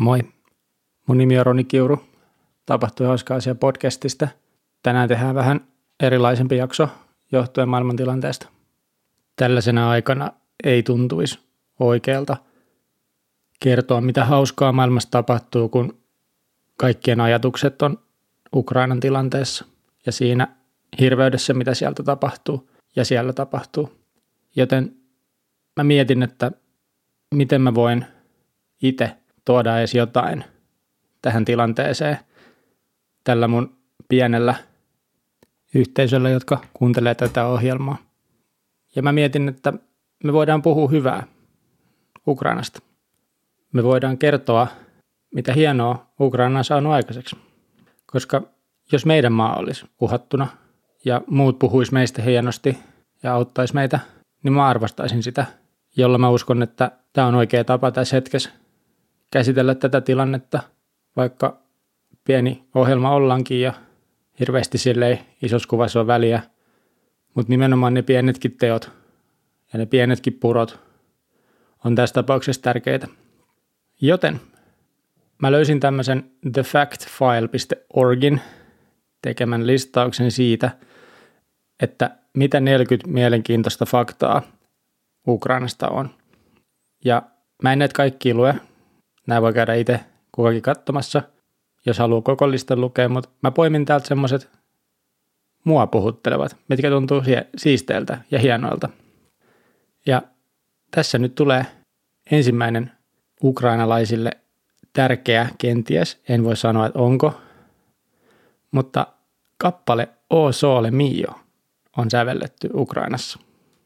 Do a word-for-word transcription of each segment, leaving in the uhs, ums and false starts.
Moi, mun nimi on Roni Kiuru. Tapahtui hauska asia podcastista. Tänään tehdään vähän erilaisempi jakso johtuen maailmantilanteesta. Tällaisena aikana ei tuntuisi oikealta kertoa, mitä hauskaa maailmassa tapahtuu, kun kaikkien ajatukset on Ukrainan tilanteessa ja siinä hirveydessä, mitä sieltä tapahtuu ja siellä tapahtuu. Joten mä mietin, että miten mä voin itse tuoda edes jotain tähän tilanteeseen tällä mun pienellä yhteisöllä, jotka kuuntelee tätä ohjelmaa. Ja mä mietin, että me voidaan puhua hyvää Ukrainasta. Me voidaan kertoa, mitä hienoa Ukraina on saanut aikaiseksi. Koska jos meidän maa olisi uhattuna ja muut puhuisi meistä hienosti ja auttaisi meitä, niin mä arvostaisin sitä, jolla mä uskon, että tämä on oikea tapa tässä hetkessä käsitellä tätä tilannetta, vaikka pieni ohjelma ollaankin ja hirveästi sille ei isossa kuvassa ole väliä, mutta nimenomaan ne pienetkin teot ja ne pienetkin purot on tässä tapauksessa tärkeitä. Joten mä löysin tämmöisen the fact file piste orgin tekemän listauksen siitä, että mitä neljäkymmentä mielenkiintoista faktaa Ukrainasta on. Ja mä en näitä kaikkia lue. Nämä voi käydä itse kukakin katsomassa, jos haluaa koko listan lukea, mutta mä poimin täältä semmoiset mua puhuttelevat, mitkä tuntuu siisteiltä ja hienoilta. Ja tässä nyt tulee ensimmäinen ukrainalaisille tärkeä, kenties, en voi sanoa, että onko, mutta kappale O Sole Mio on sävelletty Ukrainassa.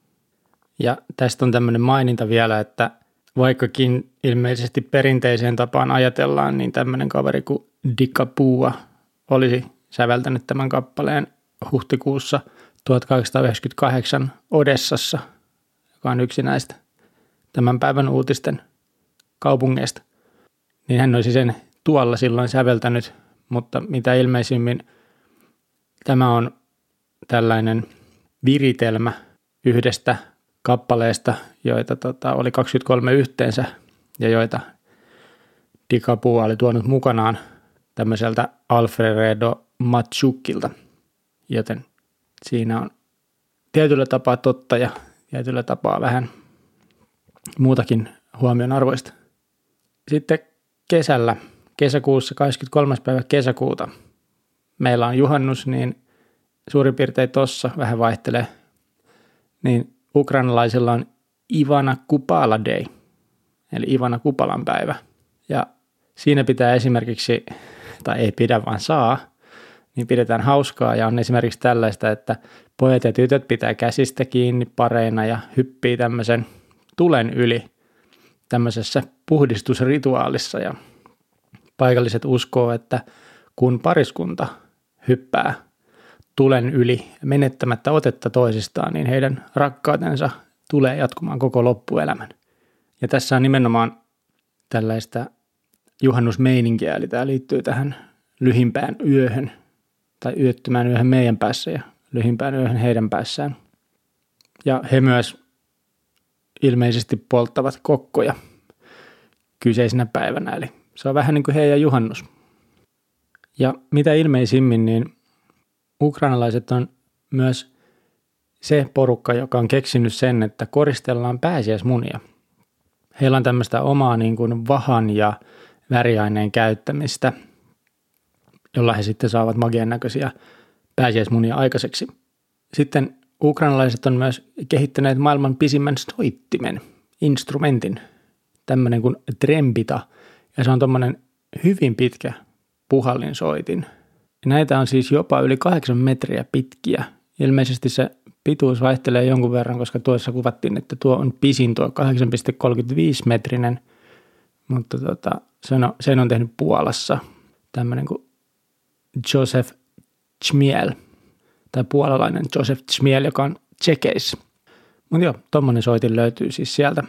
Ja tästä on tämmöinen maininta vielä, että vaikkakin ilmeisesti perinteiseen tapaan ajatellaan, niin tämmöinen kaveri kuin Dika Pua olisi säveltänyt tämän kappaleen huhtikuussa tuhatkahdeksansataayhdeksänkymmentäkahdeksan Odessassa, joka on yksi näistä tämän päivän uutisten kaupungeista. Niin hän olisi sen tuolla silloin säveltänyt, mutta mitä ilmeisimmin tämä on tällainen viritelmä yhdestä kappaleesta, joita tota, oli kaksikymmentäkolme yhteensä ja joita Dika Pua oli tuonut mukanaan tämmöiseltä Alfredo Matsukilta, joten siinä on tietyllä tapaa totta ja tietyllä tapaa vähän muutakin huomionarvoista. Sitten kesällä, kesäkuussa kahdeskymmeneskolmas päivä kesäkuuta, meillä on juhannus, niin suurin piirtein tossa vähän vaihtelee, niin ukrainalaisilla on Ivana Kupala Day, eli Ivana Kupalan päivä. Ja siinä pitää esimerkiksi, tai ei pidä vaan saa, niin pidetään hauskaa ja on esimerkiksi tällaista, että pojat ja tytöt pitää käsistä kiinni pareina ja hyppii tämmöisen tulen yli tämmöisessä puhdistusrituaalissa. Ja paikalliset uskoo, että kun pariskunta hyppää tulen yli menettämättä otetta toisistaan, niin heidän rakkautensa tulee jatkumaan koko loppuelämän. Ja tässä on nimenomaan tällaista juhannusmeininkiä, eli tämä liittyy tähän lyhimpään yöhön, tai yöttömään yöhön meidän päässä ja lyhimpään yöhön heidän päässään. Ja he myös ilmeisesti polttavat kokkoja kyseisenä päivänä, eli se on vähän niin kuin heidän juhannus. Ja mitä ilmeisimmin, niin ukrainalaiset on myös se porukka, joka on keksinyt sen, että koristellaan pääsiäismunia. Heillä on tämmöistä omaa niin kuin vahan ja väriaineen käyttämistä, jolla he sitten saavat magian näköisiä pääsiäismunia aikaiseksi. Sitten ukrainalaiset on myös kehittäneet maailman pisimmän soittimen, instrumentin, tämmöinen kuin trempita, ja se on tommoinen hyvin pitkä puhallinsoitin. Näitä on siis jopa yli kahdeksan metriä pitkiä. Ilmeisesti se pituus vaihtelee jonkun verran, koska tuossa kuvattiin, että tuo on pisin tuo kahdeksan pilkku kolmekymmentäviisi metrinen, mutta tota, sen, on, sen on tehnyt Puolassa tämmöinen kuin Joseph Chmiel, tai puolalainen Joseph Chmiel, joka on Tsekeissä. Mutta joo, tommonen soitin löytyy siis sieltä.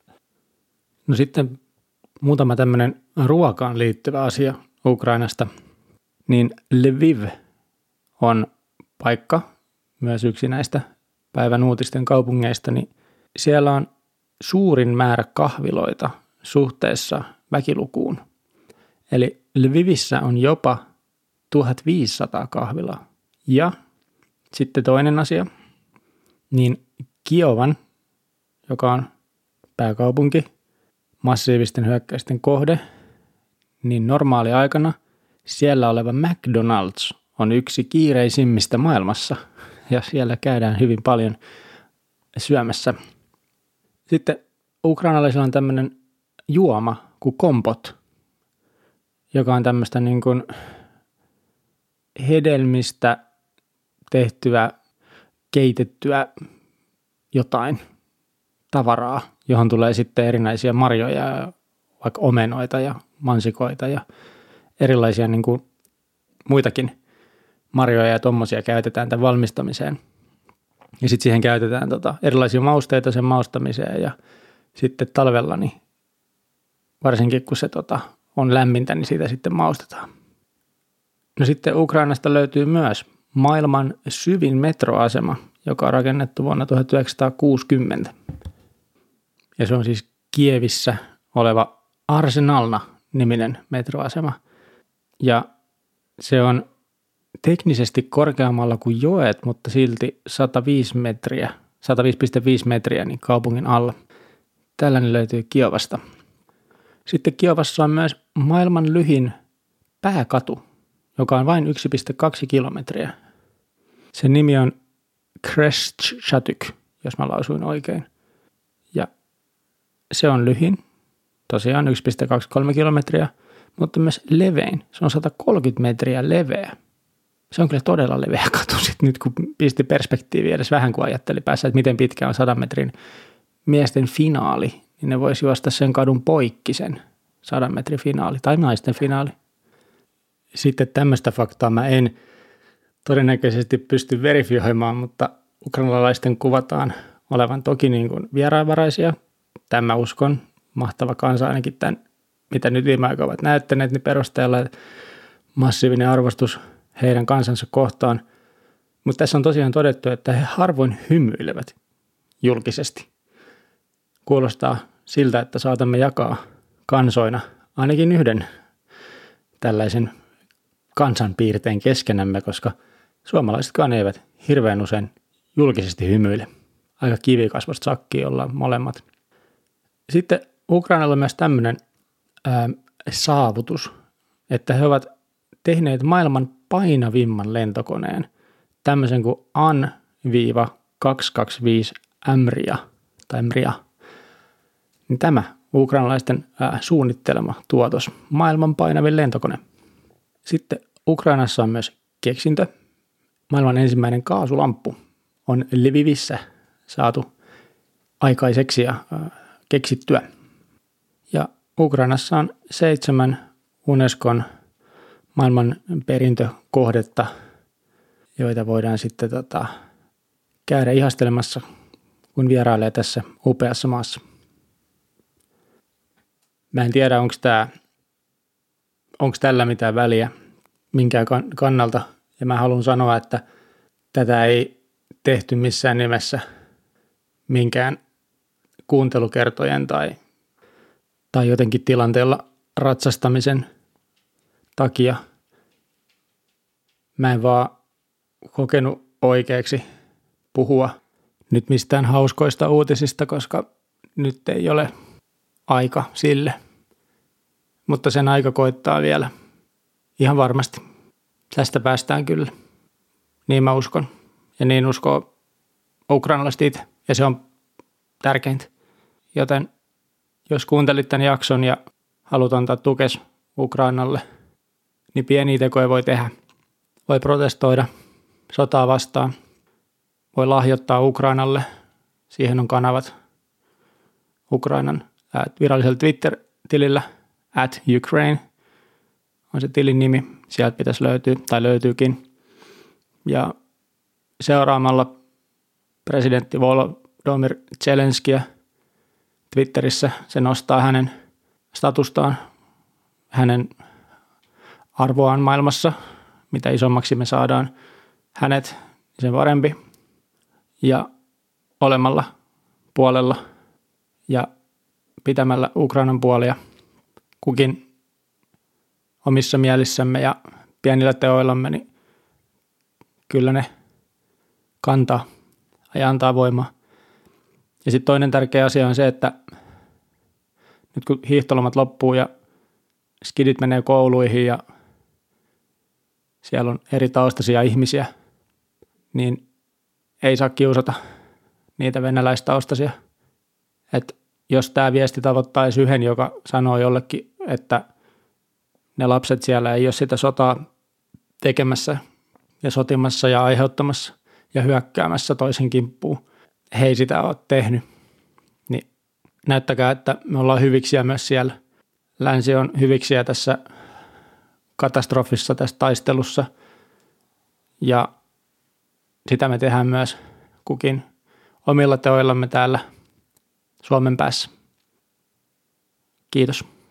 No sitten muutama tämmöinen ruokaan liittyvä asia Ukrainasta. Niin Lviv on paikka, myös yksi näistä päivän uutisten kaupungeista, niin siellä on suurin määrä kahviloita suhteessa väkilukuun. Eli Lvivissä on jopa tuhatviisisataa kahvilaa. Ja sitten toinen asia, niin Kiovan, joka on pääkaupunki, massiivisten hyökkäysten kohde, niin normaaliaikana siellä oleva McDonald's on yksi kiireisimmistä maailmassa ja siellä käydään hyvin paljon syömässä. Sitten ukrainalaisilla on tämmöinen juoma kuin kompot, joka on tämmöistä niin kuin hedelmistä tehtyä, keitettyä jotain tavaraa, johon tulee sitten erinäisiä marjoja, vaikka omenoita ja mansikoita ja erilaisia niin kuin muitakin marjoja ja tommosia käytetään tämän valmistamiseen. Ja sitten siihen käytetään tota erilaisia mausteita sen maustamiseen ja sitten talvella, niin varsinkin kun se tota on lämmintä, niin siitä sitten maustetaan. No sitten Ukrainasta löytyy myös maailman syvin metroasema, joka on rakennettu vuonna tuhatyhdeksänsataakuusikymmentä. Ja se on siis Kievissä oleva Arsenalna-niminen metroasema. Ja se on teknisesti korkeammalla kuin joet, mutta silti sata viisi metriä, sata viisi pilkku viisi metriä niin kaupungin alla. Tällainen löytyy Kiovasta. Sitten Kiovassa on myös maailman lyhin pääkatu, joka on vain yksi pilkku kaksi kilometriä. Sen nimi on Khreshchatyk, jos mä lausuin oikein. Ja se on lyhin, tosiaan yksi pilkku kaksikymmentäkolme kilometriä, mutta myös levein. Se on sata kolmekymmentä metriä leveä. Se on kyllä todella leveä katu. Sitten nyt kun pisti perspektiiviä edes vähän, kun ajatteli päässä, että miten pitkä on sadan metrin miesten finaali, niin ne voisi juosta sen kadun poikki sen sadan metrin finaali tai naisten finaali. Sitten tämmöistä faktaa mä en todennäköisesti pysty verifioimaan, mutta ukrainalaisten kuvataan olevan toki niin kuin vieraanvaraisia. Tämä uskon, mahtava kansa ainakin tämän, mitä nyt viime aikoina ovat näyttäneet, niin perusteella massiivinen arvostus heidän kansansa kohtaan. Mutta tässä on tosiaan todettu, että he harvoin hymyilevät julkisesti. Kuulostaa siltä, että saatamme jakaa kansoina ainakin yhden tällaisen kansanpiirteen keskenämme, koska suomalaisetkaan eivät hirveän usein julkisesti hymyile. Aika kivikasvoista sakkia ollaan molemmat. Sitten Ukrainalla on myös tämmöinen ää, saavutus, että he ovat tehneet maailman painavimman lentokoneen, tämmöisen kuin An kaksisataakaksikymmentäviisi Mria tai Mria. Niin tämä ukrainalaisten ää, suunnittelema tuotos, maailman painavin lentokone. Sitten Ukrainassa on myös keksintö. Maailman ensimmäinen kaasulamppu on Lvivissä saatu aikaiseksi ja ää, keksittyä. Ja Ukrainassa on seitsemän Unescon maailman perintökohdetta, joita voidaan sitten tota, käydä ihastelemassa, kun vierailee tässä upeassa maassa. Mä en tiedä, onko tää, onko tällä mitään väliä minkään kannalta, ja mä haluan sanoa, että tätä ei tehty missään nimessä minkään kuuntelukertojen tai, tai jotenkin tilanteella ratsastamisen takia. Mä en vaan kokenut oikeaksi puhua nyt mistään hauskoista uutisista, koska nyt ei ole aika sille. Mutta sen aika koittaa vielä. Ihan varmasti. Tästä päästään kyllä. Niin mä uskon. Ja niin uskoo ukrainalaiset itse. Ja se on tärkeintä. Joten jos kuuntelit tämän jakson ja haluat antaa tukes Ukrainalle, niin pieniä tekoja voi tehdä. Voi protestoida sotaa vastaan. Voi lahjoittaa Ukrainalle. Siihen on kanavat Ukrainan virallisella Twitter-tilillä at Ukraine on se tilin nimi. Sieltä pitäisi löytyä tai löytyykin. Ja seuraamalla presidentti Volodymyr Zelenskiä Twitterissä se nostaa hänen statustaan, hänen arvoaan maailmassa. Mitä isommaksi me saadaan hänet, sen parempi. Ja olemalla puolella ja pitämällä Ukrainan puolia kukin omissa mielissämme ja pienillä teoillamme, niin kyllä ne kantaa ja antaa voimaa. Ja sitten toinen tärkeä asia on se, että nyt kun hiihtolomat loppuu ja skidit menee kouluihin ja siellä on eri taustaisia ihmisiä, niin ei saa kiusata niitä venäläistaustaisia. Että jos tämä viesti tavoittaisi yhden, joka sanoo jollekin, että ne lapset siellä ei ole sitä sotaa tekemässä ja sotimassa ja aiheuttamassa ja hyökkäämässä toisen kimppuun, he ei sitä ole tehnyt, niin näyttäkää, että me ollaan hyviksiä myös siellä. Länsi on hyviksiä tässä katastrofissa, tässä taistelussa ja sitä me tehdään myös kukin omilla teoillamme täällä Suomen päässä. Kiitos.